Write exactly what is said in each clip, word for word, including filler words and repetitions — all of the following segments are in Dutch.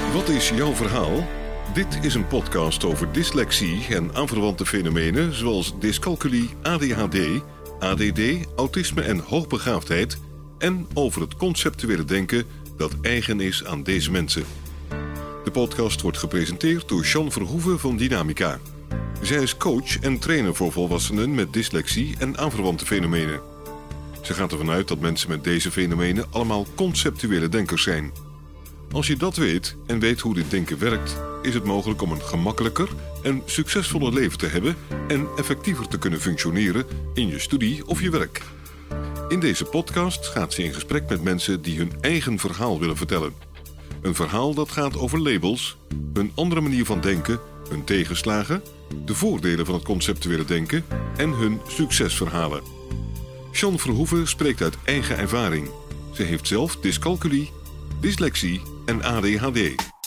Wat is jouw verhaal? Dit is een podcast over dyslexie en aanverwante fenomenen zoals dyscalculie, A D H D, A D D, autisme en hoogbegaafdheid en over het conceptuele denken dat eigen is aan deze mensen. De podcast wordt gepresenteerd door Jean Verhoeven van Dynamica. Zij is coach en trainer voor volwassenen met dyslexie en aanverwante fenomenen. Ze gaat ervan uit dat mensen met deze fenomenen allemaal conceptuele denkers zijn. Als je dat weet en weet hoe dit denken werkt, is het mogelijk om een gemakkelijker en succesvoller leven te hebben en effectiever te kunnen functioneren in je studie of je werk. In deze podcast gaat ze in gesprek met mensen die hun eigen verhaal willen vertellen. Een verhaal dat gaat over labels, een andere manier van denken, hun tegenslagen, de voordelen van het conceptuele denken en hun succesverhalen. Jean Verhoeven spreekt uit eigen ervaring. Ze heeft zelf dyscalculie, dyslexie en A D H D.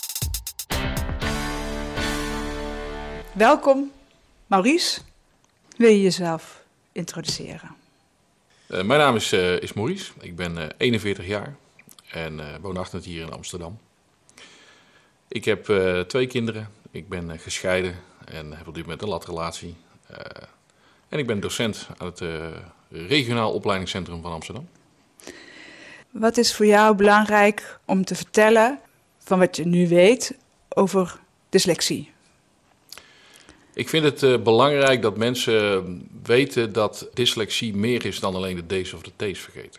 Welkom, Maurice. Wil je jezelf introduceren? Uh, mijn naam is, uh, is Maurice. Ik ben uh, eenenveertig jaar en uh, woonachtig hier in Amsterdam. Ik heb uh, twee kinderen. Ik ben uh, gescheiden en heb op dit moment een latrelatie. Uh, en ik ben docent aan het uh, regionaal opleidingscentrum van Amsterdam. Wat is voor jou belangrijk om te vertellen van wat je nu weet over dyslexie? Ik vind het uh, belangrijk dat mensen weten dat dyslexie meer is dan alleen de D's of de T's vergeten.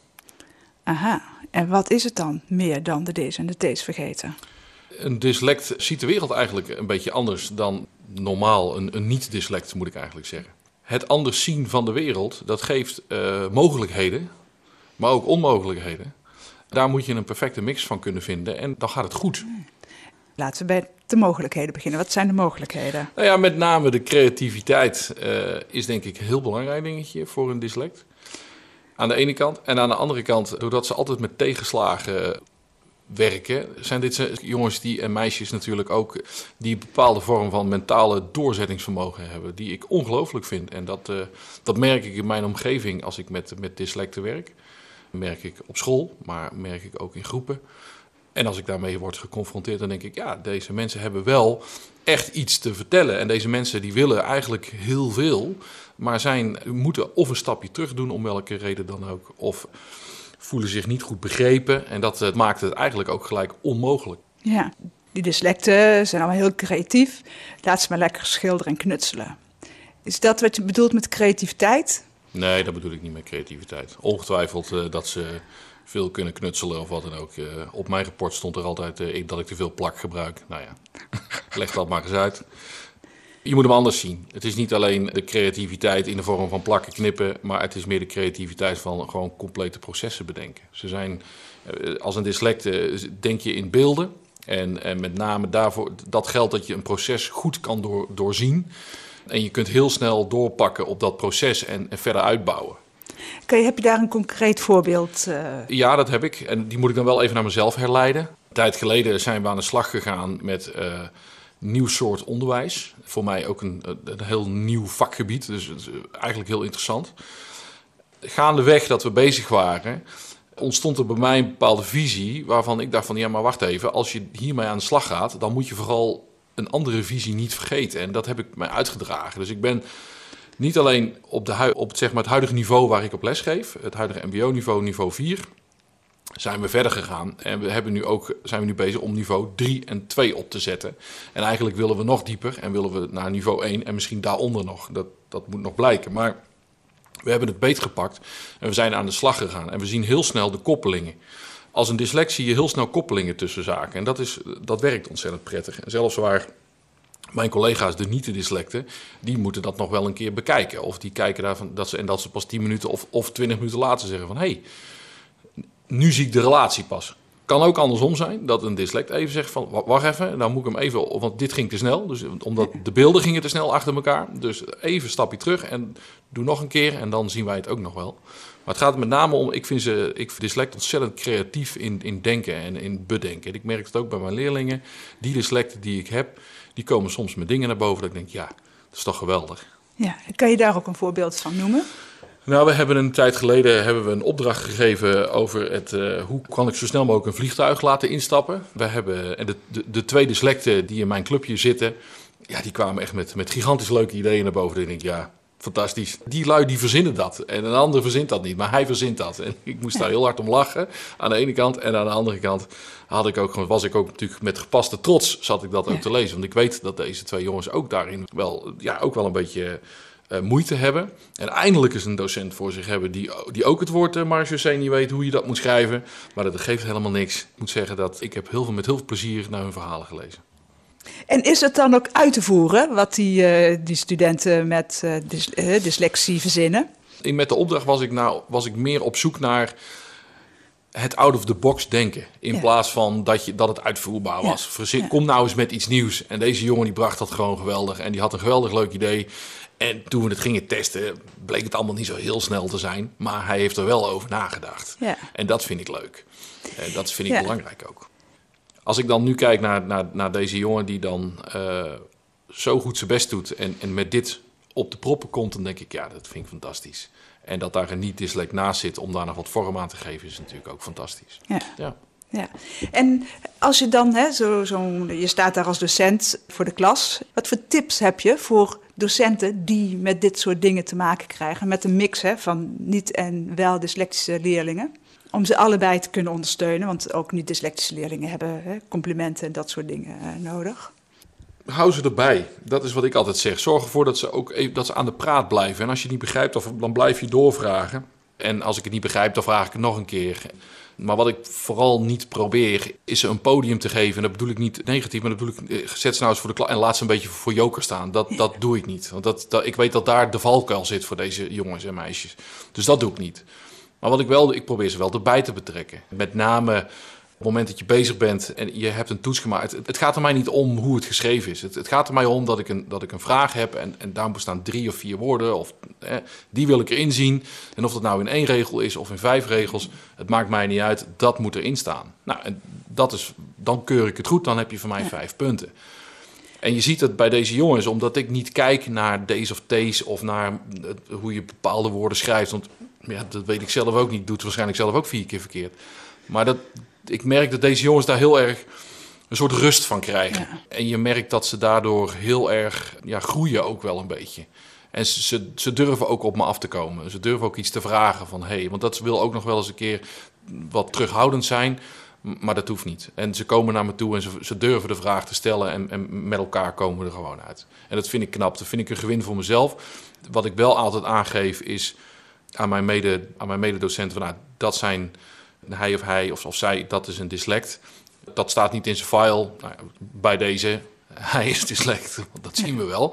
Aha, en wat is het dan meer dan de D's en de T's vergeten? Een dyslect ziet de wereld eigenlijk een beetje anders dan normaal een, een niet-dyslect, moet ik eigenlijk zeggen. Het anders zien van de wereld, dat geeft uh, mogelijkheden, maar ook onmogelijkheden. Daar moet je een perfecte mix van kunnen vinden en dan gaat het goed. Laten we bij de mogelijkheden beginnen. Wat zijn de mogelijkheden? Nou ja, met name de creativiteit uh, is denk ik een heel belangrijk dingetje voor een dyslect. Aan de ene kant. En aan de andere kant, doordat ze altijd met tegenslagen werken, zijn dit jongens die, en meisjes natuurlijk ook, die een bepaalde vorm van mentale doorzettingsvermogen hebben, die ik ongelooflijk vind. En dat, uh, dat merk ik in mijn omgeving als ik met, met dyslecten werk. Merk ik op school, maar merk ik ook in groepen. En als ik daarmee word geconfronteerd, dan denk ik, ja, deze mensen hebben wel echt iets te vertellen. En deze mensen die willen eigenlijk heel veel, maar zijn, moeten of een stapje terug doen, om welke reden dan ook, of voelen zich niet goed begrepen. En dat uh, maakt het eigenlijk ook gelijk onmogelijk. Ja, die dyslecten zijn allemaal heel creatief. Laat ze maar lekker schilderen en knutselen. Is dat wat je bedoelt met creativiteit? Nee, dat bedoel ik niet met creativiteit. Ongetwijfeld uh, dat ze veel kunnen knutselen of wat dan ook. Uh, op mijn rapport stond er altijd uh, dat ik te veel plak gebruik. Nou ja, leg dat maar eens uit. Je moet hem anders zien. Het is niet alleen de creativiteit in de vorm van plakken, knippen, maar het is meer de creativiteit van gewoon complete processen bedenken. Ze zijn, uh, als een dyslect uh, denk je in beelden en, en met name daarvoor, dat geldt dat je een proces goed kan door, doorzien. En je kunt heel snel doorpakken op dat proces en, en verder uitbouwen. Kun je, heb je daar een concreet voorbeeld? Uh... Ja, dat heb ik. En die moet ik dan wel even naar mezelf herleiden. Een tijd geleden zijn we aan de slag gegaan met uh, nieuw soort onderwijs. Voor mij ook een, een heel nieuw vakgebied. Dus het is eigenlijk heel interessant. Gaandeweg dat we bezig waren, ontstond er bij mij een bepaalde visie waarvan ik dacht van, ja, maar wacht even. Als je hiermee aan de slag gaat, dan moet je vooral een andere visie niet vergeten. En dat heb ik mij uitgedragen. Dus ik ben niet alleen op, de hu- op het, zeg maar, het huidige niveau waar ik op les geef, het huidige M B O-niveau, niveau vier, zijn we verder gegaan. En we hebben nu ook, zijn we nu bezig om niveau drie en twee op te zetten. En eigenlijk willen we nog dieper en willen we naar niveau één en misschien daaronder nog. Dat, dat moet nog blijken. Maar we hebben het beet gepakt en we zijn aan de slag gegaan. En we zien heel snel de koppelingen. Als een dyslect zie je heel snel koppelingen tussen zaken. En dat, is, dat werkt ontzettend prettig. En zelfs waar mijn collega's, de niet-dyslecten, die moeten dat nog wel een keer bekijken. Of die kijken daarvan dat ze, en dat ze pas tien minuten of, of twintig minuten later zeggen van, hé, hey, nu zie ik de relatie pas. Kan ook andersom zijn, dat een dyslect even zegt van, wacht even, dan moet ik hem even, want dit ging te snel. Dus omdat de beelden gingen te snel achter elkaar. Dus even een stapje terug en doe nog een keer en dan zien wij het ook nog wel. Maar het gaat er met name om, ik vind, ze, ik vind dyslect ontzettend creatief in, in denken en in bedenken. Ik merk het ook bij mijn leerlingen. Die dyslecten die ik heb, die komen soms met dingen naar boven dat ik denk, ja, dat is toch geweldig. Ja, kan je daar ook een voorbeeld van noemen? Nou, we hebben een tijd geleden hebben we een opdracht gegeven over het, uh, hoe kan ik zo snel mogelijk een vliegtuig laten instappen. We hebben, en de, de, de twee dyslecten die in mijn clubje zitten, ja, die kwamen echt met, met gigantisch leuke ideeën naar boven. En ik denk, ja, fantastisch. Die lui die verzinnen dat. En een ander verzint dat niet, maar hij verzint dat. En ik moest daar heel hard om lachen, aan de ene kant. En aan de andere kant had ik ook, was ik ook natuurlijk met gepaste trots, zat ik dat ook te lezen. Want ik weet dat deze twee jongens ook daarin wel, ja, ook wel een beetje uh, moeite hebben. En eindelijk eens een docent voor zich hebben die, die ook het woord uh, marechaussee niet weet hoe je dat moet schrijven. Maar dat geeft helemaal niks. Ik moet zeggen dat ik heb heel veel, met heel veel plezier naar hun verhalen gelezen. En is het dan ook uit te voeren wat die, uh, die studenten met uh, dys, uh, dyslexie verzinnen? In met de opdracht was ik, nou, was ik meer op zoek naar het out-of-the-box denken. In ja. plaats van dat, je, dat het uitvoerbaar was. Ja. Verzin, ja. Kom nou eens met iets nieuws. En deze jongen die bracht dat gewoon geweldig. En die had een geweldig leuk idee. En toen we het gingen testen, bleek het allemaal niet zo heel snel te zijn. Maar hij heeft er wel over nagedacht. Ja. En dat vind ik leuk. En dat vind ik ja. belangrijk ook. Als ik dan nu kijk naar, naar, naar deze jongen die dan uh, zo goed zijn best doet en, en met dit op de proppen komt, dan denk ik, ja, dat vind ik fantastisch. En dat daar een niet-dyslect naast zit om daar nog wat vorm aan te geven, is natuurlijk ook fantastisch. Ja. Ja. Ja. En als je dan, hè, zo, zo, je staat daar als docent voor de klas. Wat voor tips heb je voor docenten die met dit soort dingen te maken krijgen? Met een mix hè, van niet- en wel dyslectische leerlingen. Om ze allebei te kunnen ondersteunen, want ook niet-dyslectische leerlingen hebben hè, complimenten en dat soort dingen uh, nodig. Hou ze erbij. Dat is wat ik altijd zeg. Zorg ervoor dat ze ook even, dat ze aan de praat blijven. En als je het niet begrijpt, dan blijf je doorvragen. En als ik het niet begrijp, dan vraag ik het nog een keer. Maar wat ik vooral niet probeer, is ze een podium te geven. En dat bedoel ik niet negatief, maar dat bedoel ik, zet ze nou eens voor de klas en laat ze een beetje voor joker staan. Dat, dat doe ik niet. Want dat, dat, ik weet dat daar de valkuil zit voor deze jongens en meisjes. Dus dat doe ik niet. Maar wat ik wel doe, ik probeer ze wel erbij te betrekken. Met name op het moment dat je bezig bent en je hebt een toets gemaakt. Het, het gaat er mij niet om hoe het geschreven is. Het, het gaat er mij om dat ik een, dat ik een vraag heb en, en daarom bestaan drie of vier woorden. Of, eh, die wil ik erin zien. En of dat nou in één regel is of in vijf regels, het maakt mij niet uit. Dat moet erin staan. Nou, en dat is, dan keur ik het goed, dan heb je van mij vijf punten. En je ziet het bij deze jongens, omdat ik niet kijk naar deze of deze of naar hoe je bepaalde woorden schrijft. Want ja, dat weet ik zelf ook niet. Doet het waarschijnlijk zelf ook vier keer verkeerd. Maar dat, ik merk dat deze jongens daar heel erg een soort rust van krijgen. Ja. En je merkt dat ze daardoor heel erg ja, groeien ook wel een beetje. En ze, ze, ze durven ook op me af te komen. Ze durven ook iets te vragen van, hé, hey, want dat wil ook nog wel eens een keer wat terughoudend zijn. Maar dat hoeft niet. En ze komen naar me toe en ze, ze durven de vraag te stellen en, en met elkaar komen we er gewoon uit. En dat vind ik knap. Dat vind ik een gewin voor mezelf. Wat ik wel altijd aangeef is aan mijn, mede, aan mijn mededocenten, van, nou, dat zijn hij of hij of, of zij, dat is een dyslect. Dat staat niet in zijn file. Nou, bij deze, hij is dyslect, want dat zien we wel.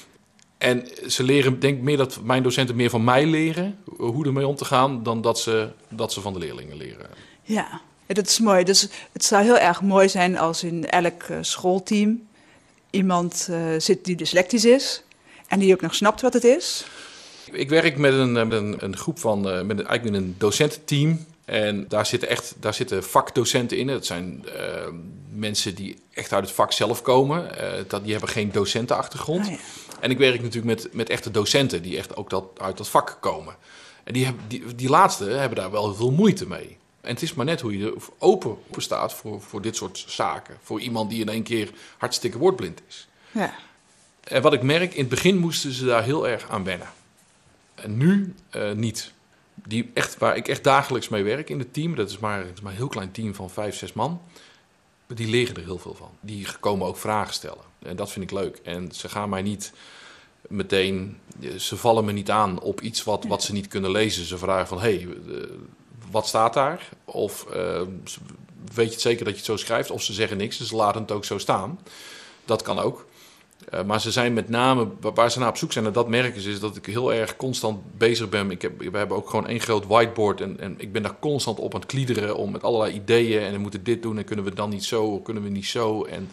En ze leren, denk ik meer dat mijn docenten meer van mij leren, hoe ermee om te gaan, dan dat ze, dat ze van de leerlingen leren. Ja. Dat is mooi. Dus het zou heel erg mooi zijn als in elk uh, schoolteam iemand uh, zit die dyslectisch is en die ook nog snapt wat het is. Ik werk met een, met een, een groep van, uh, met een, eigenlijk met een docententeam. En daar zitten echt daar zitten vakdocenten in. Dat zijn uh, mensen die echt uit het vak zelf komen. Uh, dat, die hebben geen docentenachtergrond. Oh, ja. En ik werk natuurlijk met, met echte docenten die echt ook dat, uit dat vak komen. En die, hebben, die, die laatste hebben daar wel veel moeite mee. En het is maar net hoe je er open staat voor, voor dit soort zaken. Voor iemand die in één keer hartstikke woordblind is. Ja. En wat ik merk, in het begin moesten ze daar heel erg aan wennen. En nu uh, niet. Die echt, waar ik echt dagelijks mee werk in het team, dat is maar, dat is maar een heel klein team van vijf, zes man. Die leren er heel veel van. Die komen ook vragen stellen. En dat vind ik leuk. En ze gaan mij niet meteen, ze vallen me niet aan op iets wat, wat ze niet kunnen lezen. Ze vragen van, hé, hey, uh, wat staat daar? Of uh, weet je het zeker dat je het zo schrijft? Of ze zeggen niks, dus ze laten het ook zo staan. Dat kan ook. Uh, maar ze zijn met name, waar ze naar op zoek zijn, en dat merken ze, is dat ik heel erg constant bezig ben. Ik heb, we hebben ook gewoon één groot whiteboard en, en ik ben daar constant op aan het kliederen om met allerlei ideeën. En we moeten dit doen en kunnen we dan niet zo, kunnen we niet zo. En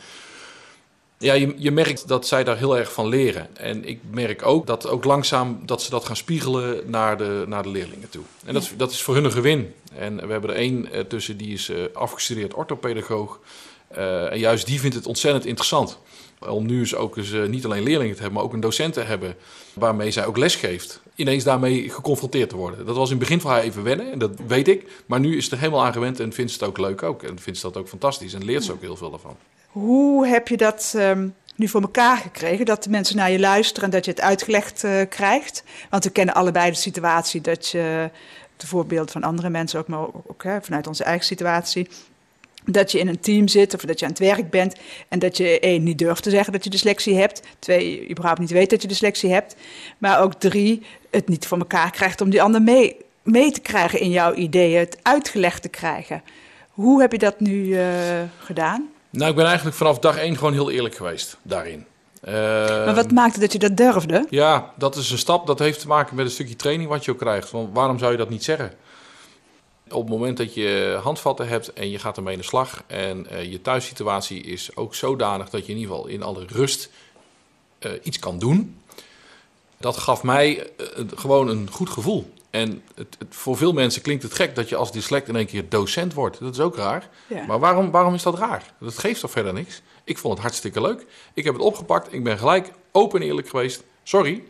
ja, je, je merkt dat zij daar heel erg van leren. En ik merk ook dat ook langzaam dat ze dat gaan spiegelen naar de, naar de leerlingen toe. En dat, dat is voor hun een gewin. En we hebben er één uh, tussen, die is uh, afgestudeerd orthopedagoog. Uh, en juist die vindt het ontzettend interessant. Om nu eens ook eens uh, niet alleen leerlingen te hebben, maar ook een docent te hebben waarmee zij ook les geeft. Ineens daarmee geconfronteerd te worden. Dat was in het begin voor haar even wennen, en dat weet ik. Maar nu is ze er helemaal aan gewend en vindt ze het ook leuk ook. En vindt ze dat ook fantastisch en leert ze ook heel veel daarvan. Hoe heb je dat um, nu voor elkaar gekregen? Dat de mensen naar je luisteren en dat je het uitgelegd uh, krijgt? Want we kennen allebei de situatie dat je, de voorbeeld van andere mensen ook, maar ook, ook hè, vanuit onze eigen situatie, dat je in een team zit of dat je aan het werk bent en dat je één, niet durft te zeggen dat je dyslexie hebt. Twee, überhaupt niet weet dat je dyslexie hebt. Maar ook drie, het niet voor elkaar krijgt om die ander mee, mee te krijgen in jouw ideeën, het uitgelegd te krijgen. Hoe heb je dat nu uh, gedaan? Nou, ik ben eigenlijk vanaf dag één gewoon heel eerlijk geweest daarin. Uh, maar wat maakte dat je dat durfde? Ja, dat is een stap. Dat heeft te maken met een stukje training wat je ook krijgt. Want waarom zou je dat niet zeggen? Op het moment dat je handvatten hebt en je gaat ermee in de slag en uh, je thuissituatie is ook zodanig dat je in ieder geval in alle rust uh, iets kan doen. Dat gaf mij uh, gewoon een goed gevoel. En het, het, voor veel mensen klinkt het gek dat je als dyslect in één keer docent wordt. Dat is ook raar. Ja. Maar waarom, waarom is dat raar? Dat geeft toch verder niks? Ik vond het hartstikke leuk. Ik heb het opgepakt. Ik ben gelijk open en eerlijk geweest. Sorry,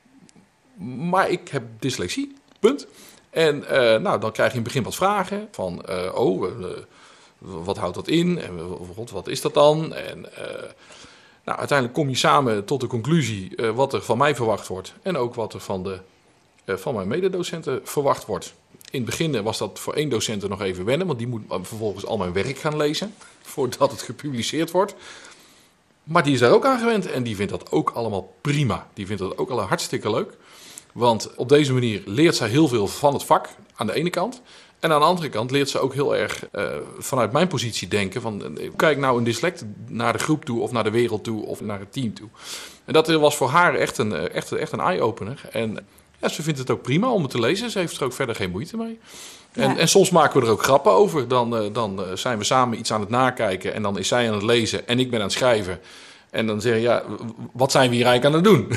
maar ik heb dyslexie. Punt. En uh, nou, dan krijg je in het begin wat vragen van, uh, oh, uh, wat houdt dat in? En god, wat is dat dan? En uh, nou, uiteindelijk kom je samen tot de conclusie uh, wat er van mij verwacht wordt. En ook wat er van, de, uh, van mijn mededocenten verwacht wordt. In het begin was dat voor één docent nog even wennen, want die moet vervolgens al mijn werk gaan lezen voordat het gepubliceerd wordt. Maar die is daar ook aan gewend en die vindt dat ook allemaal prima. Die vindt dat ook al hartstikke leuk. Want op deze manier leert zij heel veel van het vak, aan de ene kant. En aan de andere kant leert ze ook heel erg uh, vanuit mijn positie denken. Van, uh, kijk nou een dyslect naar de groep toe, of naar de wereld toe, of naar het team toe. En dat was voor haar echt een, echt, echt een eye-opener. En ja, ze vindt het ook prima om het te lezen. Ze heeft er ook verder geen moeite mee. En, ja. en soms maken we er ook grappen over. Dan, uh, dan uh, zijn we samen iets aan het nakijken en dan is zij aan het lezen en ik ben aan het schrijven. En dan zeggen ja, wat zijn we hier eigenlijk aan het doen?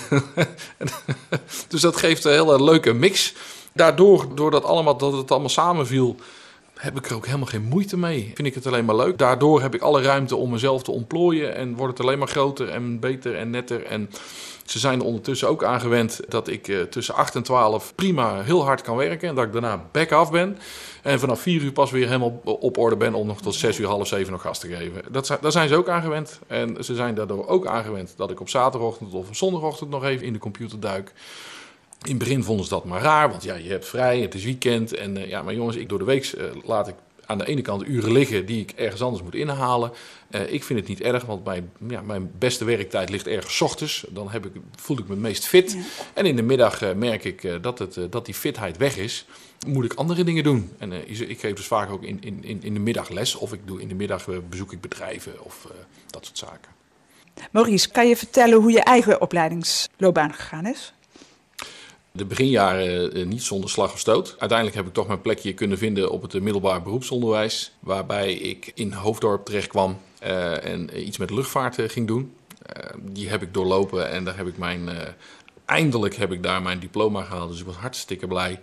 Dus dat geeft een hele leuke mix. Daardoor, doordat allemaal, dat het allemaal samenviel, heb ik er ook helemaal geen moeite mee. Vind ik het alleen maar leuk. Daardoor heb ik alle ruimte om mezelf te ontplooien en wordt het alleen maar groter en beter en netter. En ze zijn er ondertussen ook aangewend dat ik uh, tussen acht en twaalf prima heel hard kan werken. En dat ik daarna back af ben. En vanaf vier uur pas weer helemaal op orde ben om nog tot zes uur, half zeven nog gas te geven. Dat, daar zijn ze ook aangewend. En ze zijn daardoor ook aangewend dat ik op zaterdagochtend of op zondagochtend nog even in de computer duik. In het begin vonden ze dat maar raar, want ja, je hebt vrij, het is weekend. En uh, ja, maar jongens, ik door de week uh, laat ik aan de ene kant uren liggen die ik ergens anders moet inhalen. Uh, ik vind het niet erg, want mijn, ja, mijn beste werktijd ligt ergens 's ochtends. Dan heb ik, voel ik me het meest fit. Ja. En in de middag uh, merk ik uh, dat, het, uh, dat die fitheid weg is. Moet ik andere dingen doen. En uh, ik geef dus vaak ook in, in, in de middag les. Of ik doe in de middag uh, bezoek ik bedrijven of uh, dat soort zaken. Maurice, kan je vertellen hoe je eigen opleidingsloopbaan gegaan is? De beginjaren uh, niet zonder slag of stoot. Uiteindelijk heb ik toch mijn plekje kunnen vinden op het uh, middelbaar beroepsonderwijs. Waarbij ik in Hoofddorp terecht kwam uh, en uh, iets met luchtvaart uh, ging doen. Uh, die heb ik doorlopen en daar heb ik mijn, uh, eindelijk heb ik daar mijn diploma gehaald. Dus ik was hartstikke blij.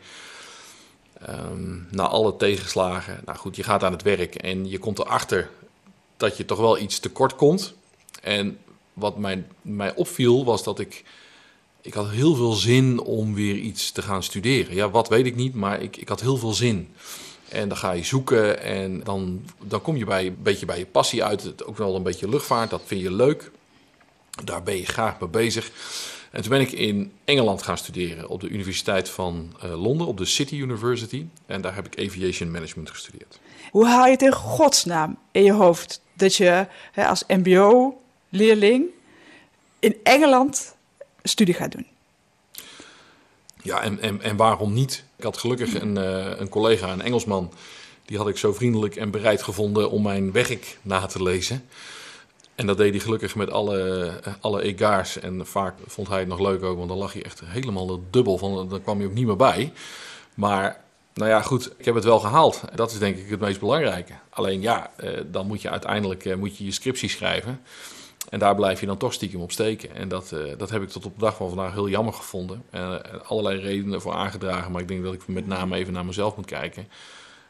Um, na alle tegenslagen. Nou goed, je gaat aan het werk en je komt erachter dat je toch wel iets tekort komt. En wat mij, mij opviel was dat ik... Ik had heel veel zin om weer iets te gaan studeren. Ja, wat weet ik niet, maar ik, ik had heel veel zin. En dan ga je zoeken en dan, dan kom je bij, een beetje bij je passie uit. Het, ook wel een beetje luchtvaart, dat vind je leuk. Daar ben je graag mee bezig. En toen ben ik in Engeland gaan studeren op de Universiteit van uh, Londen, op de City University. En daar heb ik Aviation Management gestudeerd. Hoe haal je het in godsnaam in je hoofd dat je hè, als M B O-leerling in Engeland studie gaat doen? Ja, en, en, en waarom niet? Ik had gelukkig een, uh, een collega, een Engelsman, die had ik zo vriendelijk en bereid gevonden om mijn werk na te lezen. En dat deed hij gelukkig met alle, alle egaars. En vaak vond hij het nog leuk ook, want dan lag hij echt helemaal dubbel van. Dan kwam je ook niet meer bij. Maar nou ja, goed, ik heb het wel gehaald. Dat is denk ik het meest belangrijke. Alleen ja, uh, dan moet je uiteindelijk uh, moet je, je scriptie schrijven. En daar blijf je dan toch stiekem op steken. En dat, uh, dat heb ik tot op de dag van vandaag heel jammer gevonden. Uh, allerlei redenen voor aangedragen, maar ik denk dat ik met name even naar mezelf moet kijken. Uh,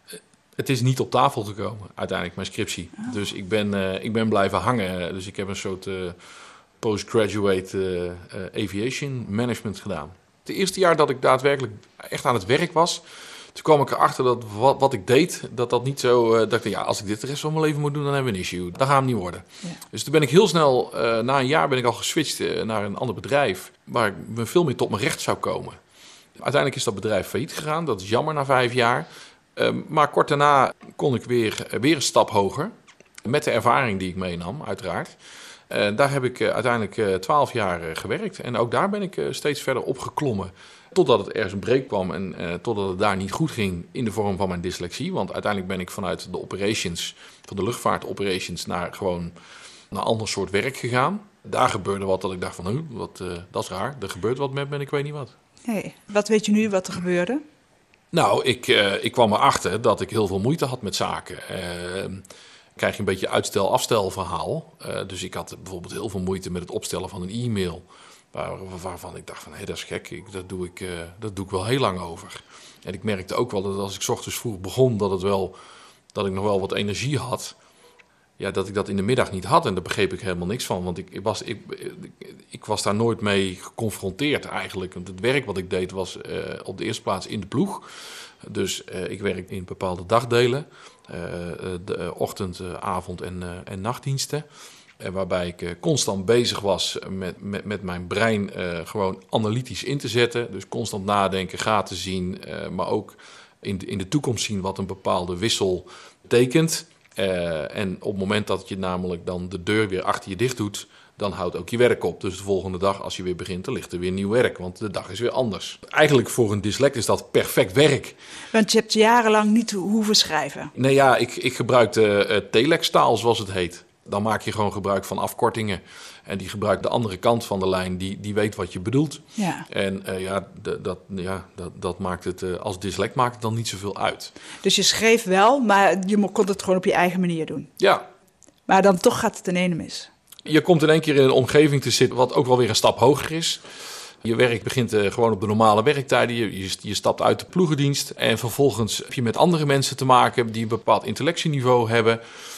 Het is niet op tafel gekomen, uiteindelijk, mijn scriptie. Oh. Dus ik ben, uh, ik ben blijven hangen. Dus ik heb een soort uh, postgraduate uh, uh, aviation management gedaan. Het eerste jaar dat ik daadwerkelijk echt aan het werk was, toen kwam ik erachter dat wat, wat ik deed, dat dat niet zo... Uh, dat ik dacht, ja, als ik dit de rest van mijn leven moet doen, dan hebben we een issue. Dat gaat hem niet worden. Ja. Dus toen ben ik heel snel, uh, na een jaar ben ik al geswitcht uh, naar een ander bedrijf, waar ik me veel meer tot mijn recht zou komen. Uiteindelijk is dat bedrijf failliet gegaan. Dat is jammer na vijf jaar. Uh, maar kort daarna kon ik weer, uh, weer een stap hoger. Met de ervaring die ik meenam, uiteraard. Uh, daar heb ik uh, uiteindelijk twaalf uh, jaar uh, gewerkt. En ook daar ben ik uh, steeds verder opgeklommen. Totdat het ergens een break kwam en uh, totdat het daar niet goed ging in de vorm van mijn dyslexie. Want uiteindelijk ben ik vanuit de operations, van de luchtvaartoperations, naar gewoon naar een ander soort werk gegaan. Daar gebeurde wat dat ik dacht van, huh, wat, uh, dat is raar. Er gebeurt wat met me en ik weet niet wat. Hey, wat weet je nu wat er gebeurde? Nou, ik, uh, ik kwam erachter dat ik heel veel moeite had met zaken. Uh, krijg je een beetje uitstel-afstel verhaal. Uh, dus ik had bijvoorbeeld heel veel moeite met het opstellen van een e-mail. Waar, waarvan ik dacht van, hé, hey, dat is gek. Ik, dat, doe ik, uh, dat doe ik wel heel lang over. En ik merkte ook wel dat als ik 's ochtends vroeg begon, dat, het wel, dat ik nog wel wat energie had. Ja, dat ik dat in de middag niet had. En daar begreep ik helemaal niks van. Want ik, ik, was, ik, ik, ik was daar nooit mee geconfronteerd eigenlijk. Want het werk wat ik deed was uh, op de eerste plaats in de ploeg. Dus uh, ik werk in bepaalde dagdelen. Uh, de uh, ochtend, uh, avond en, uh, en nachtdiensten. En waarbij ik uh, constant bezig was met, met, met mijn brein uh, gewoon analytisch in te zetten. Dus constant nadenken, gaten zien. Uh, maar ook in de, in de toekomst zien wat een bepaalde wissel betekent. Uh, en op het moment dat je namelijk dan de deur weer achter je dicht doet, dan houdt ook je werk op. Dus de volgende dag, als je weer begint, dan ligt er weer nieuw werk. Want de dag is weer anders. Eigenlijk voor een dyslect is dat perfect werk. Want je hebt jarenlang niet hoeven schrijven. Nee, ja, ik, ik gebruikte uh, telextaal, zoals het heet. Dan maak je gewoon gebruik van afkortingen. En die gebruikt de andere kant van de lijn, die, die weet wat je bedoelt. Ja. En uh, ja, d- dat, ja dat, dat maakt het, uh, als dyslect maakt het dan niet zoveel uit. Dus je schreef wel, maar je kon het gewoon op je eigen manier doen. Ja. Maar dan toch gaat het in ene mis. Je komt in één keer in een omgeving te zitten wat ook wel weer een stap hoger is. Je werk begint uh, gewoon op de normale werktijden. Je, je, je stapt uit de ploegendienst. En vervolgens heb je met andere mensen te maken die een bepaald intellectieniveau hebben.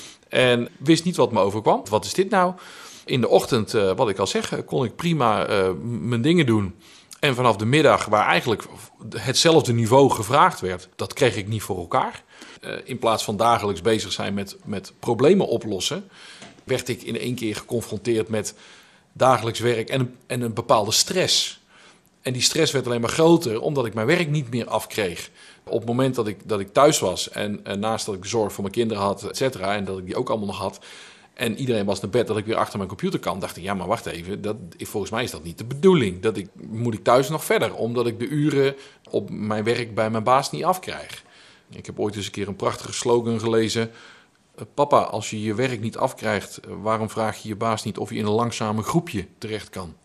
En wist niet wat me overkwam. Wat is dit nou? In de ochtend, uh, wat ik al zeg, kon ik prima uh, mijn dingen doen. En vanaf de middag, waar eigenlijk hetzelfde niveau gevraagd werd, dat kreeg ik niet voor elkaar. Uh, in plaats van dagelijks bezig zijn met, met problemen oplossen, werd ik in één keer geconfronteerd met dagelijks werk en een, en een bepaalde stress. En die stress werd alleen maar groter, omdat ik mijn werk niet meer afkreeg. Op het moment dat ik, dat ik thuis was en, en naast dat ik zorg voor mijn kinderen had, et cetera, en dat ik die ook allemaal nog had, en iedereen was naar bed, dat ik weer achter mijn computer kan, dacht ik, ja, maar wacht even, dat, volgens mij is dat niet de bedoeling. Dat ik, moet ik thuis nog verder, omdat ik de uren op mijn werk bij mijn baas niet afkrijg. Ik heb ooit eens een keer een prachtige slogan gelezen. Papa, als je je werk niet afkrijgt, waarom vraag je je baas niet of je in een langzame groepje terecht kan?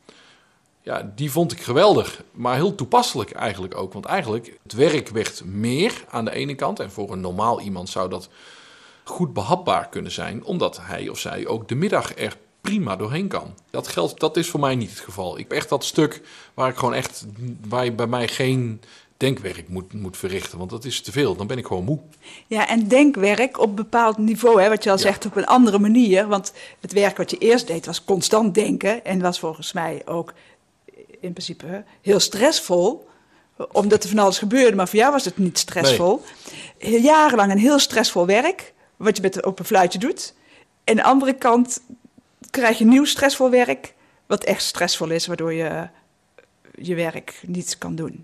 Ja, die vond ik geweldig, maar heel toepasselijk eigenlijk ook. Want eigenlijk, het werk werd meer aan de ene kant. En voor een normaal iemand zou dat goed behapbaar kunnen zijn, omdat hij of zij ook de middag er prima doorheen kan. Dat geldt, dat is voor mij niet het geval. Ik heb echt dat stuk waar ik gewoon echt, waar je bij mij geen denkwerk moet, moet verrichten, want dat is te veel. Dan ben ik gewoon moe. Ja, en denkwerk op een bepaald niveau, hè, wat je al ja. zegt, op een andere manier. Want het werk wat je eerst deed was constant denken en was volgens mij ook in principe heel stressvol, omdat er van alles gebeurde, maar voor jou was het niet stressvol. Nee. Jarenlang een heel stressvol werk, wat je met op een fluitje doet. En aan de andere kant krijg je nieuw stressvol werk, wat echt stressvol is, waardoor je je werk niet kan doen.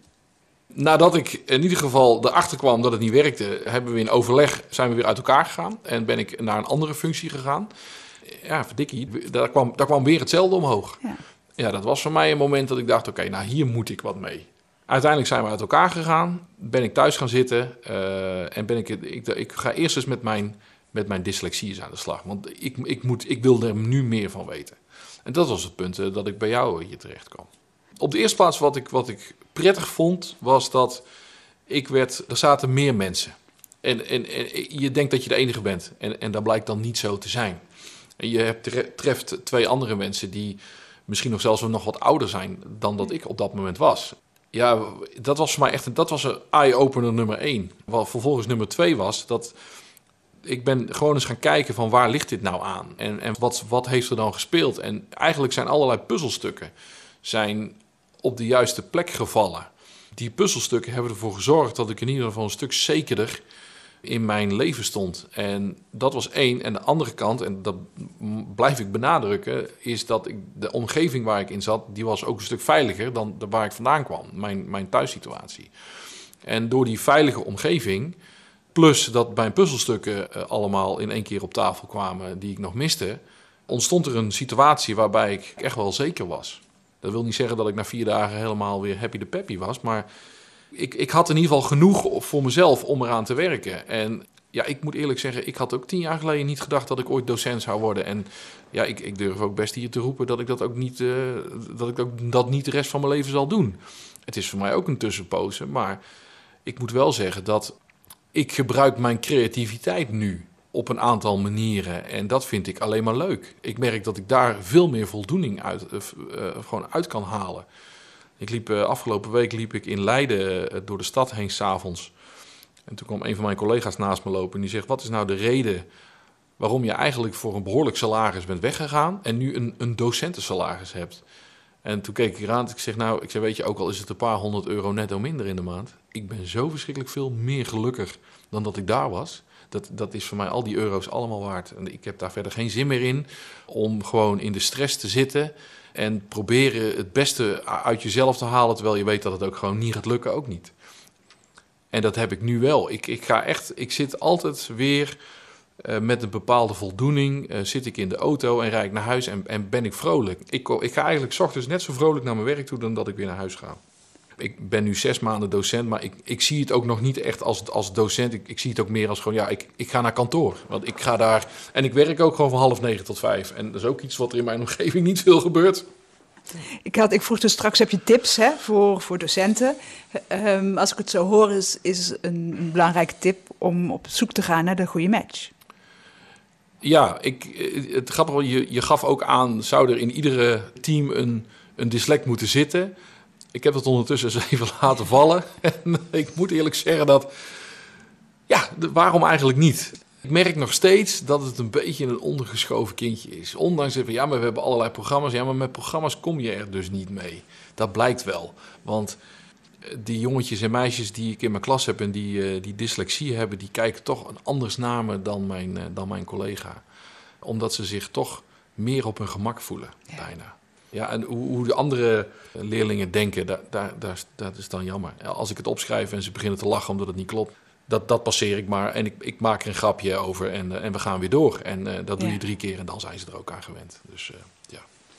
Nadat ik in ieder geval erachter kwam dat het niet werkte, hebben we in overleg, zijn we weer uit elkaar gegaan en ben ik naar een andere functie gegaan. Ja, verdikkie, daar kwam, daar kwam weer hetzelfde omhoog. Ja. Ja, dat was voor mij een moment dat ik dacht, oké, okay, nou hier moet ik wat mee. Uiteindelijk zijn we uit elkaar gegaan, ben ik thuis gaan zitten uh, en ben ik, ik, ik ga eerst eens met mijn, met mijn dyslexie eens aan de slag. Want ik, ik, moet, ik wil er nu meer van weten. En dat was het punt uh, dat ik bij jou hier terecht kwam. Op de eerste plaats wat ik, wat ik prettig vond, was dat ik werd, er zaten meer mensen. En, en, en je denkt dat je de enige bent en, en dat blijkt dan niet zo te zijn. En je hebt, treft twee andere mensen die misschien nog zelfs nog wat ouder zijn dan dat ik op dat moment was. Ja, dat was voor mij echt een, dat was een eye-opener nummer één. Wat vervolgens nummer twee was, dat ik ben gewoon eens gaan kijken van waar ligt dit nou aan? En, en wat, wat heeft er dan gespeeld? En eigenlijk zijn allerlei puzzelstukken zijn op de juiste plek gevallen. Die puzzelstukken hebben ervoor gezorgd dat ik in ieder geval een stuk zekerder in mijn leven stond. En dat was één. En de andere kant, en dat blijf ik benadrukken, is dat ik, de omgeving waar ik in zat, die was ook een stuk veiliger dan de waar ik vandaan kwam. Mijn, mijn thuissituatie. En door die veilige omgeving, plus dat mijn puzzelstukken uh, allemaal in één keer op tafel kwamen die ik nog miste, ontstond er een situatie waarbij ik echt wel zeker was. Dat wil niet zeggen dat ik na vier dagen helemaal weer happy de peppy was, maar ik, ik had in ieder geval genoeg voor mezelf om eraan te werken. En ja, ik moet eerlijk zeggen, ik had ook tien jaar geleden niet gedacht dat ik ooit docent zou worden. En ja, ik, ik durf ook best hier te roepen dat ik dat ook niet, uh, dat ik ook dat niet de rest van mijn leven zal doen. Het is voor mij ook een tussenpoze, maar ik moet wel zeggen dat ik gebruik mijn creativiteit nu op een aantal manieren. En dat vind ik alleen maar leuk. Ik merk dat ik daar veel meer voldoening uit, uh, uh, gewoon uit kan halen. Ik liep, uh, afgelopen week liep ik in Leiden uh, door de stad heen 's avonds. En toen kwam een van mijn collega's naast me lopen en die zegt: wat is nou de reden waarom je eigenlijk voor een behoorlijk salaris bent weggegaan en nu een, een docentensalaris hebt? En toen keek ik eraan en ik zeg, nou, ik zeg, weet je, ook al is het een paar honderd euro netto minder in de maand, ik ben zo verschrikkelijk veel meer gelukkig dan dat ik daar was. Dat, dat is voor mij al die euro's allemaal waard. En ik heb daar verder geen zin meer in om gewoon in de stress te zitten en proberen het beste uit jezelf te halen, terwijl je weet dat het ook gewoon niet gaat lukken, ook niet. En dat heb ik nu wel. Ik, ik ga echt, ik zit altijd weer uh, met een bepaalde voldoening, uh, zit ik in de auto en rijd ik naar huis en, en ben ik vrolijk. Ik, ik ga eigenlijk 's ochtends net zo vrolijk naar mijn werk toe dan dat ik weer naar huis ga. Ik ben nu zes maanden docent, maar ik, ik zie het ook nog niet echt als, als docent. Ik, ik zie het ook meer als gewoon, ja, ik, ik ga naar kantoor. Want ik ga daar, en ik werk ook gewoon van half negen tot vijf. En dat is ook iets wat er in mijn omgeving niet veel gebeurt. Ik, had, ik vroeg dus straks, heb je tips hè, voor, voor docenten? Um, als ik het zo hoor, is, is een, een belangrijke tip om op zoek te gaan naar de goede match. Ja, ik, het grappige, je, je gaf ook aan, zou er in iedere team een, een dyslect moeten zitten? Ik heb het ondertussen eens even laten vallen. En ik moet eerlijk zeggen dat, ja, de, waarom eigenlijk niet? Ik merk nog steeds dat het een beetje een ondergeschoven kindje is. Ondanks dat we, ja, maar we hebben allerlei programma's. Ja, maar met programma's kom je er dus niet mee. Dat blijkt wel. Want die jongetjes en meisjes die ik in mijn klas heb en die, uh, die dyslexie hebben, die kijken toch anders naar me dan mijn, uh, dan mijn collega. Omdat ze zich toch meer op hun gemak voelen, ja. bijna. Ja, en hoe, hoe de andere leerlingen denken, daar, daar, daar, dat is dan jammer. Als ik het opschrijf en ze beginnen te lachen omdat het niet klopt, dat, dat passeer ik maar. En ik, ik maak er een grapje over en, uh, en we gaan weer door. En uh, dat doe ja. je drie keer en dan zijn ze er ook aan gewend. Dus, uh, ja.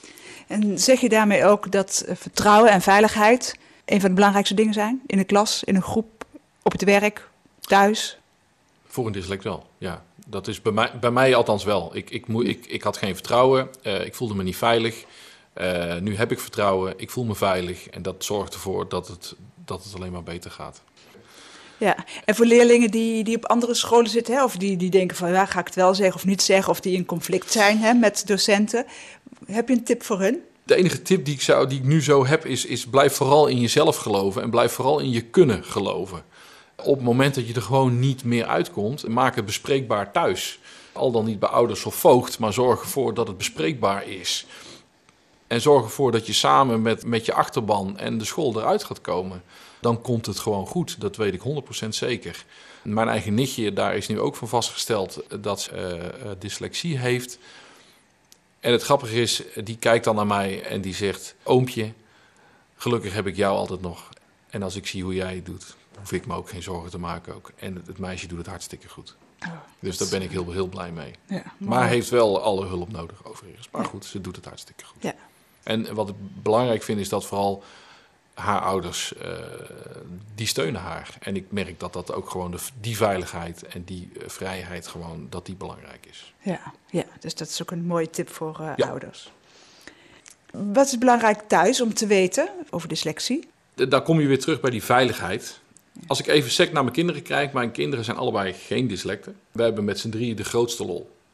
En zeg je daarmee ook dat uh, vertrouwen en veiligheid een van de belangrijkste dingen zijn? In een klas, in een groep, op het werk, thuis? Voor een dyslect wel, ja. Dat is bij mij, bij mij althans wel. Ik, ik, mo- ik, ik had geen vertrouwen, uh, ik voelde me niet veilig. Uh, nu heb ik vertrouwen, ik voel me veilig. En dat zorgt ervoor dat het, dat het alleen maar beter gaat. Ja, en voor leerlingen die, die op andere scholen zitten, hè, of die, die denken van, ja, ga ik het wel zeggen of niet zeggen, of die in conflict zijn hè, met docenten, heb je een tip voor hun? De enige tip die ik, zou, die ik nu zo heb is, is blijf vooral in jezelf geloven en blijf vooral in je kunnen geloven. Op het moment dat je er gewoon niet meer uitkomt, maak het bespreekbaar thuis. Al dan niet bij ouders of voogd, maar zorg ervoor dat het bespreekbaar is. En zorg ervoor dat je samen met, met je achterban en de school eruit gaat komen. Dan komt het gewoon goed, dat weet ik honderd procent zeker. Mijn eigen nichtje, daar is nu ook van vastgesteld dat ze uh, dyslexie heeft. En het grappige is, die kijkt dan naar mij en die zegt, oompje, gelukkig heb ik jou altijd nog. En als ik zie hoe jij het doet, hoef ik me ook geen zorgen te maken ook. En het meisje doet het hartstikke goed. Oh, dus daar ben ik heel, heel blij mee. Ja, maar maar heeft wel alle hulp nodig overigens. Maar ja. goed, ze doet het hartstikke goed. Ja. En wat ik belangrijk vind is dat vooral haar ouders, uh, die steunen haar. En ik merk dat dat ook gewoon de, die veiligheid en die uh, vrijheid gewoon, dat die belangrijk is. Ja, ja, dus dat is ook een mooie tip voor uh, ja. ouders. Wat is belangrijk thuis om te weten over dyslexie? D- daar kom je weer terug bij die veiligheid. Als ik even sec naar mijn kinderen kijk, mijn kinderen zijn allebei geen dyslecten. We hebben met z'n drieën de grootste lol.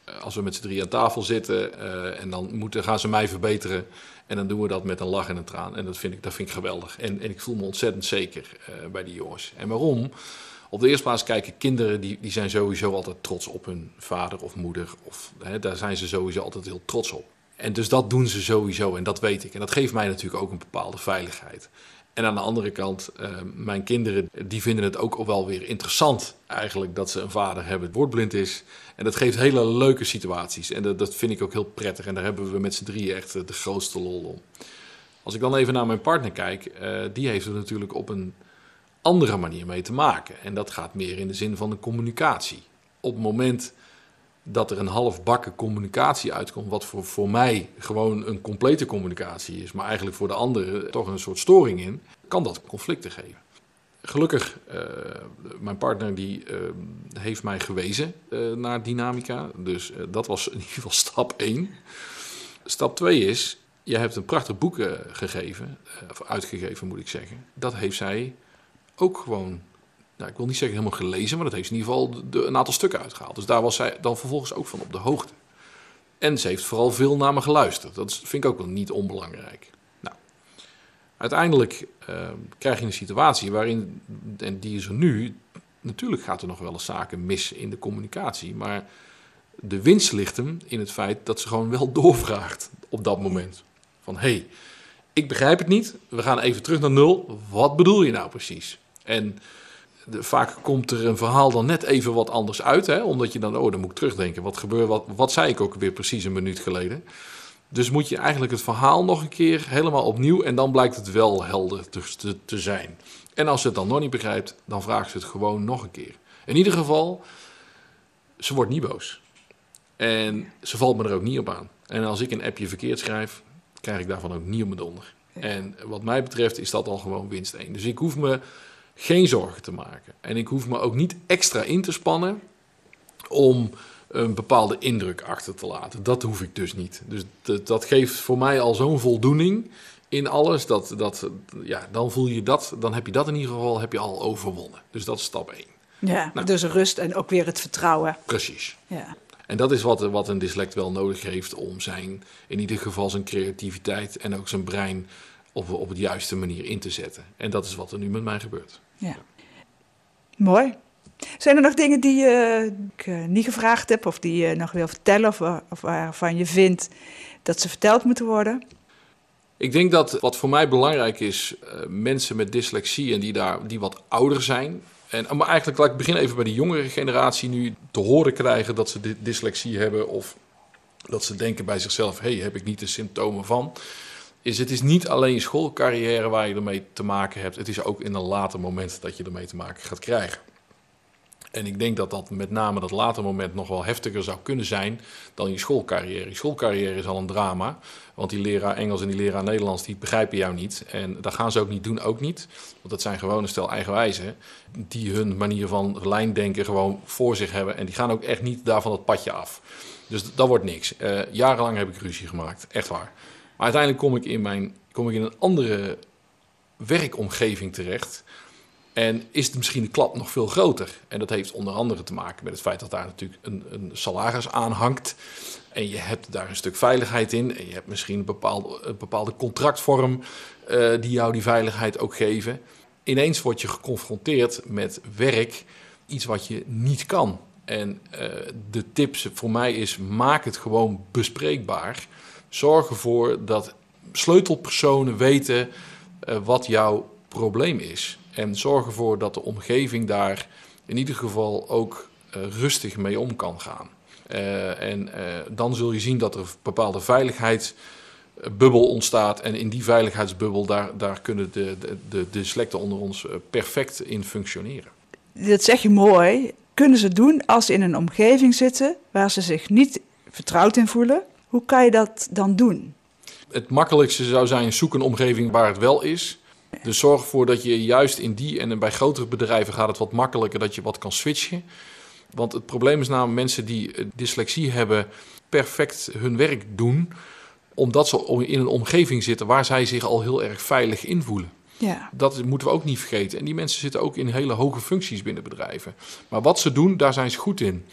als we met z'n drie aan tafel zitten uh, en dan moeten, gaan ze mij verbeteren. En dan doen we dat met een lach en een traan. En dat vind ik, dat vind ik geweldig. En, en ik voel me ontzettend zeker uh, bij die jongens. En waarom? Op de eerste plaats kijken kinderen, die, die zijn sowieso altijd trots op hun vader of moeder. Of, hè, daar zijn ze sowieso altijd heel trots op. En dus dat doen ze sowieso en dat weet ik. En dat geeft mij natuurlijk ook een bepaalde veiligheid. En aan de andere kant, uh, mijn kinderen die vinden het ook wel weer interessant eigenlijk dat ze een vader hebben die woordblind is. En dat geeft hele leuke situaties. En dat, dat vind ik ook heel prettig. En daar hebben we met z'n drieën echt de grootste lol om. Als ik dan even naar mijn partner kijk, uh, die heeft er natuurlijk op een andere manier mee te maken. En dat gaat meer in de zin van de communicatie. Op het moment dat er een halfbakken communicatie uitkomt, wat voor, voor mij gewoon een complete communicatie is, maar eigenlijk voor de anderen toch een soort storing in, kan dat conflicten geven. Gelukkig, uh, mijn partner die uh, heeft mij gewezen uh, naar dynamica, dus uh, dat was in ieder geval stap één. Stap twee is, je hebt een prachtig boek uh, gegeven, uh, of uitgegeven moet ik zeggen. Dat heeft zij ook gewoon, nou, ik wil niet zeggen helemaal gelezen, maar dat heeft ze in ieder geval de, een aantal stukken uitgehaald. Dus daar was zij dan vervolgens ook van op de hoogte. En ze heeft vooral veel naar me geluisterd. Dat vind ik ook wel niet onbelangrijk. Nou, uiteindelijk uh, krijg je een situatie waarin, en die is er nu, natuurlijk gaat er nog wel eens zaken mis in de communicatie, maar de winst ligt hem in het feit dat ze gewoon wel doorvraagt op dat moment. Van, hé, hey, ik begrijp het niet, we gaan even terug naar nul, wat bedoel je nou precies? En de, vaak komt er een verhaal dan net even wat anders uit, hè? Omdat je dan, oh, dan moet ik terugdenken. Wat gebeurt, wat, wat zei ik ook weer precies een minuut geleden? Dus moet je eigenlijk het verhaal nog een keer helemaal opnieuw en dan blijkt het wel helder te, te, te zijn. En als ze het dan nog niet begrijpt, dan vraagt ze het gewoon nog een keer. In ieder geval, ze wordt niet boos. En ze valt me er ook niet op aan. En als ik een appje verkeerd schrijf, krijg ik daarvan ook niet op mijn donder. En wat mij betreft is dat al gewoon winst één. Dus ik hoef me geen zorgen te maken. En ik hoef me ook niet extra in te spannen om een bepaalde indruk achter te laten. Dat hoef ik dus niet. Dus dat, dat geeft voor mij al zo'n voldoening in alles. Dat, dat, ja, dan voel je dat, dan heb je dat in ieder geval heb je al overwonnen. Dus dat is stap één. Ja, nou, dus rust en ook weer het vertrouwen. Precies. Ja. En dat is wat, wat een dyslect wel nodig heeft om zijn, in ieder geval zijn creativiteit en ook zijn brein op, op de juiste manier in te zetten. En dat is wat er nu met mij gebeurt. Ja. Mooi. Zijn er nog dingen die uh, ik uh, niet gevraagd heb of die je nog wil vertellen of, of waarvan je vindt dat ze verteld moeten worden? Ik denk dat wat voor mij belangrijk is, uh, mensen met dyslexie en die, daar, die wat ouder zijn. En, maar eigenlijk, laat ik beginnen even bij de jongere generatie nu te horen krijgen dat ze dyslexie hebben of dat ze denken bij zichzelf, hé, hey, heb ik niet de symptomen van? Is het is niet alleen je schoolcarrière waar je ermee te maken hebt. Het is ook in een later moment dat je ermee te maken gaat krijgen. En ik denk dat dat met name dat later moment nog wel heftiger zou kunnen zijn dan je schoolcarrière. Je schoolcarrière is al een drama, want die leraar Engels en die leraar Nederlands, die begrijpen jou niet. En dat gaan ze ook niet doen, ook niet. Want dat zijn gewoon een stel eigenwijzen die hun manier van lijndenken gewoon voor zich hebben. En die gaan ook echt niet daarvan het padje af. Dus dat wordt niks. Uh, jarenlang heb ik ruzie gemaakt, echt waar. Maar uiteindelijk kom ik in, mijn, kom ik in een andere werkomgeving terecht. En is het misschien de klap nog veel groter. En dat heeft onder andere te maken met het feit dat daar natuurlijk een, een salaris aan hangt. En je hebt daar een stuk veiligheid in. En je hebt misschien een bepaalde, een bepaalde contractvorm uh, die jou die veiligheid ook geven. Ineens word je geconfronteerd met werk, iets wat je niet kan. En uh, de tips voor mij is, maak het gewoon bespreekbaar. Zorg ervoor dat sleutelpersonen weten uh, wat jouw probleem is. En zorg ervoor dat de omgeving daar in ieder geval ook uh, rustig mee om kan gaan. Uh, en uh, dan zul je zien dat er een bepaalde veiligheidsbubbel ontstaat. En in die veiligheidsbubbel, daar, daar kunnen de, de, de dyslecten onder ons perfect in functioneren. Dat zeg je mooi. Kunnen ze doen als ze in een omgeving zitten waar ze zich niet vertrouwd in voelen? Hoe kan je dat dan doen? Het makkelijkste zou zijn, zoek een omgeving waar het wel is. Dus zorg ervoor dat je juist in die en bij grotere bedrijven gaat het wat makkelijker dat je wat kan switchen. Want het probleem is namelijk mensen die dyslexie hebben perfect hun werk doen, omdat ze in een omgeving zitten waar zij zich al heel erg veilig in voelen. Ja. Dat moeten we ook niet vergeten. En die mensen zitten ook in hele hoge functies binnen bedrijven. Maar wat ze doen, daar zijn ze goed in.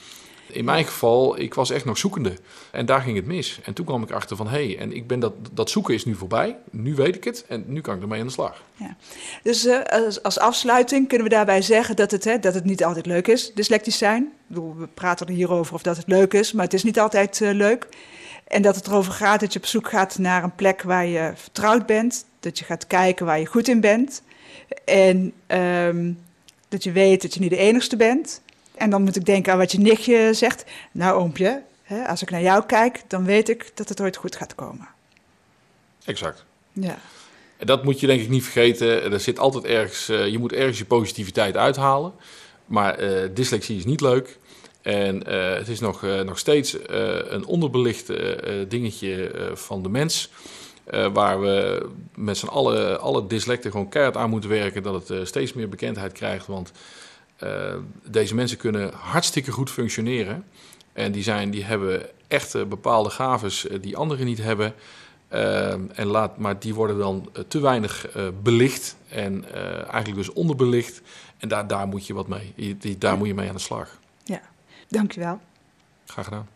In mijn geval, ik was echt nog zoekende. En daar ging het mis. En toen kwam ik achter van, hé, hey, en ik ben dat, dat zoeken is nu voorbij. Nu weet ik het en nu kan ik ermee aan de slag. Ja. Dus uh, als, als afsluiting kunnen we daarbij zeggen dat het, hè, dat het niet altijd leuk is, dyslectisch zijn. Ik bedoel, we praten er hierover of dat het leuk is, maar het is niet altijd uh, leuk. En dat het erover gaat dat je op zoek gaat naar een plek waar je vertrouwd bent. Dat je gaat kijken waar je goed in bent. En um, dat je weet dat je niet de enigste bent. En dan moet ik denken aan wat je nichtje zegt. Nou, oompje, hè, als ik naar jou kijk, dan weet ik dat het ooit goed gaat komen. Exact. Ja. En dat moet je denk ik niet vergeten. Er zit altijd ergens, uh, je moet ergens je positiviteit uithalen. Maar uh, dyslexie is niet leuk. En uh, het is nog, uh, nog steeds uh, een onderbelicht uh, dingetje uh, van de mens. Uh, waar we met z'n allen, alle dyslecten gewoon keihard aan moeten werken. Dat het uh, steeds meer bekendheid krijgt. Want uh, deze mensen kunnen hartstikke goed functioneren. En die, zijn, die hebben echt uh, bepaalde gaves uh, die anderen niet hebben. Uh, en laat, maar die worden dan uh, te weinig uh, belicht. En uh, eigenlijk dus onderbelicht. En daar, daar moet je wat mee. Die, die, daar ja. moet je mee aan de slag. Ja, dankjewel. Graag gedaan.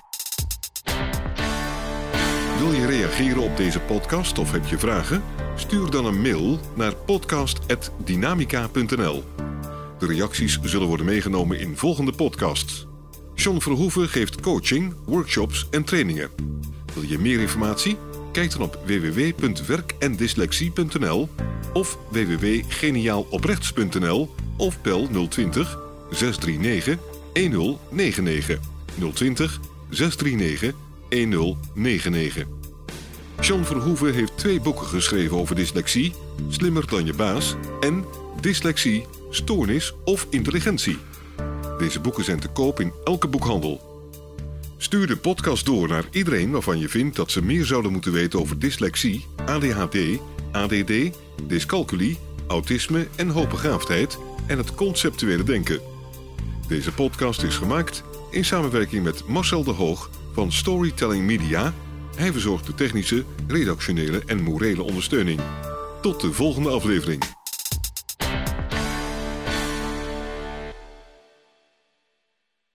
Wil je reageren op deze podcast of heb je vragen? Stuur dan een mail naar podcast apenstaartje dynamica punt n l. De reacties zullen worden meegenomen in volgende podcasts. John Verhoeven geeft coaching, workshops en trainingen. Wil je meer informatie? Kijk dan op w w w punt werk en dyslexie punt n l of w w w punt geniaaloprechts punt n l of bel nul twintig, zes drie negen, een nul negen negen. nul twintig, zes drie negen, een nul negen negen. John Verhoeven heeft twee boeken geschreven over dyslexie, Slimmer dan je baas en Dyslexie, stoornis of intelligentie. Deze boeken zijn te koop in elke boekhandel. Stuur de podcast door naar iedereen waarvan je vindt dat ze meer zouden moeten weten over dyslexie, A D H D, A D D, dyscalculie, autisme en hoogbegaafdheid en het conceptuele denken. Deze podcast is gemaakt in samenwerking met Marcel de Hoog van Storytelling Media. Hij verzorgt de technische, redactionele en morele ondersteuning. Tot de volgende aflevering.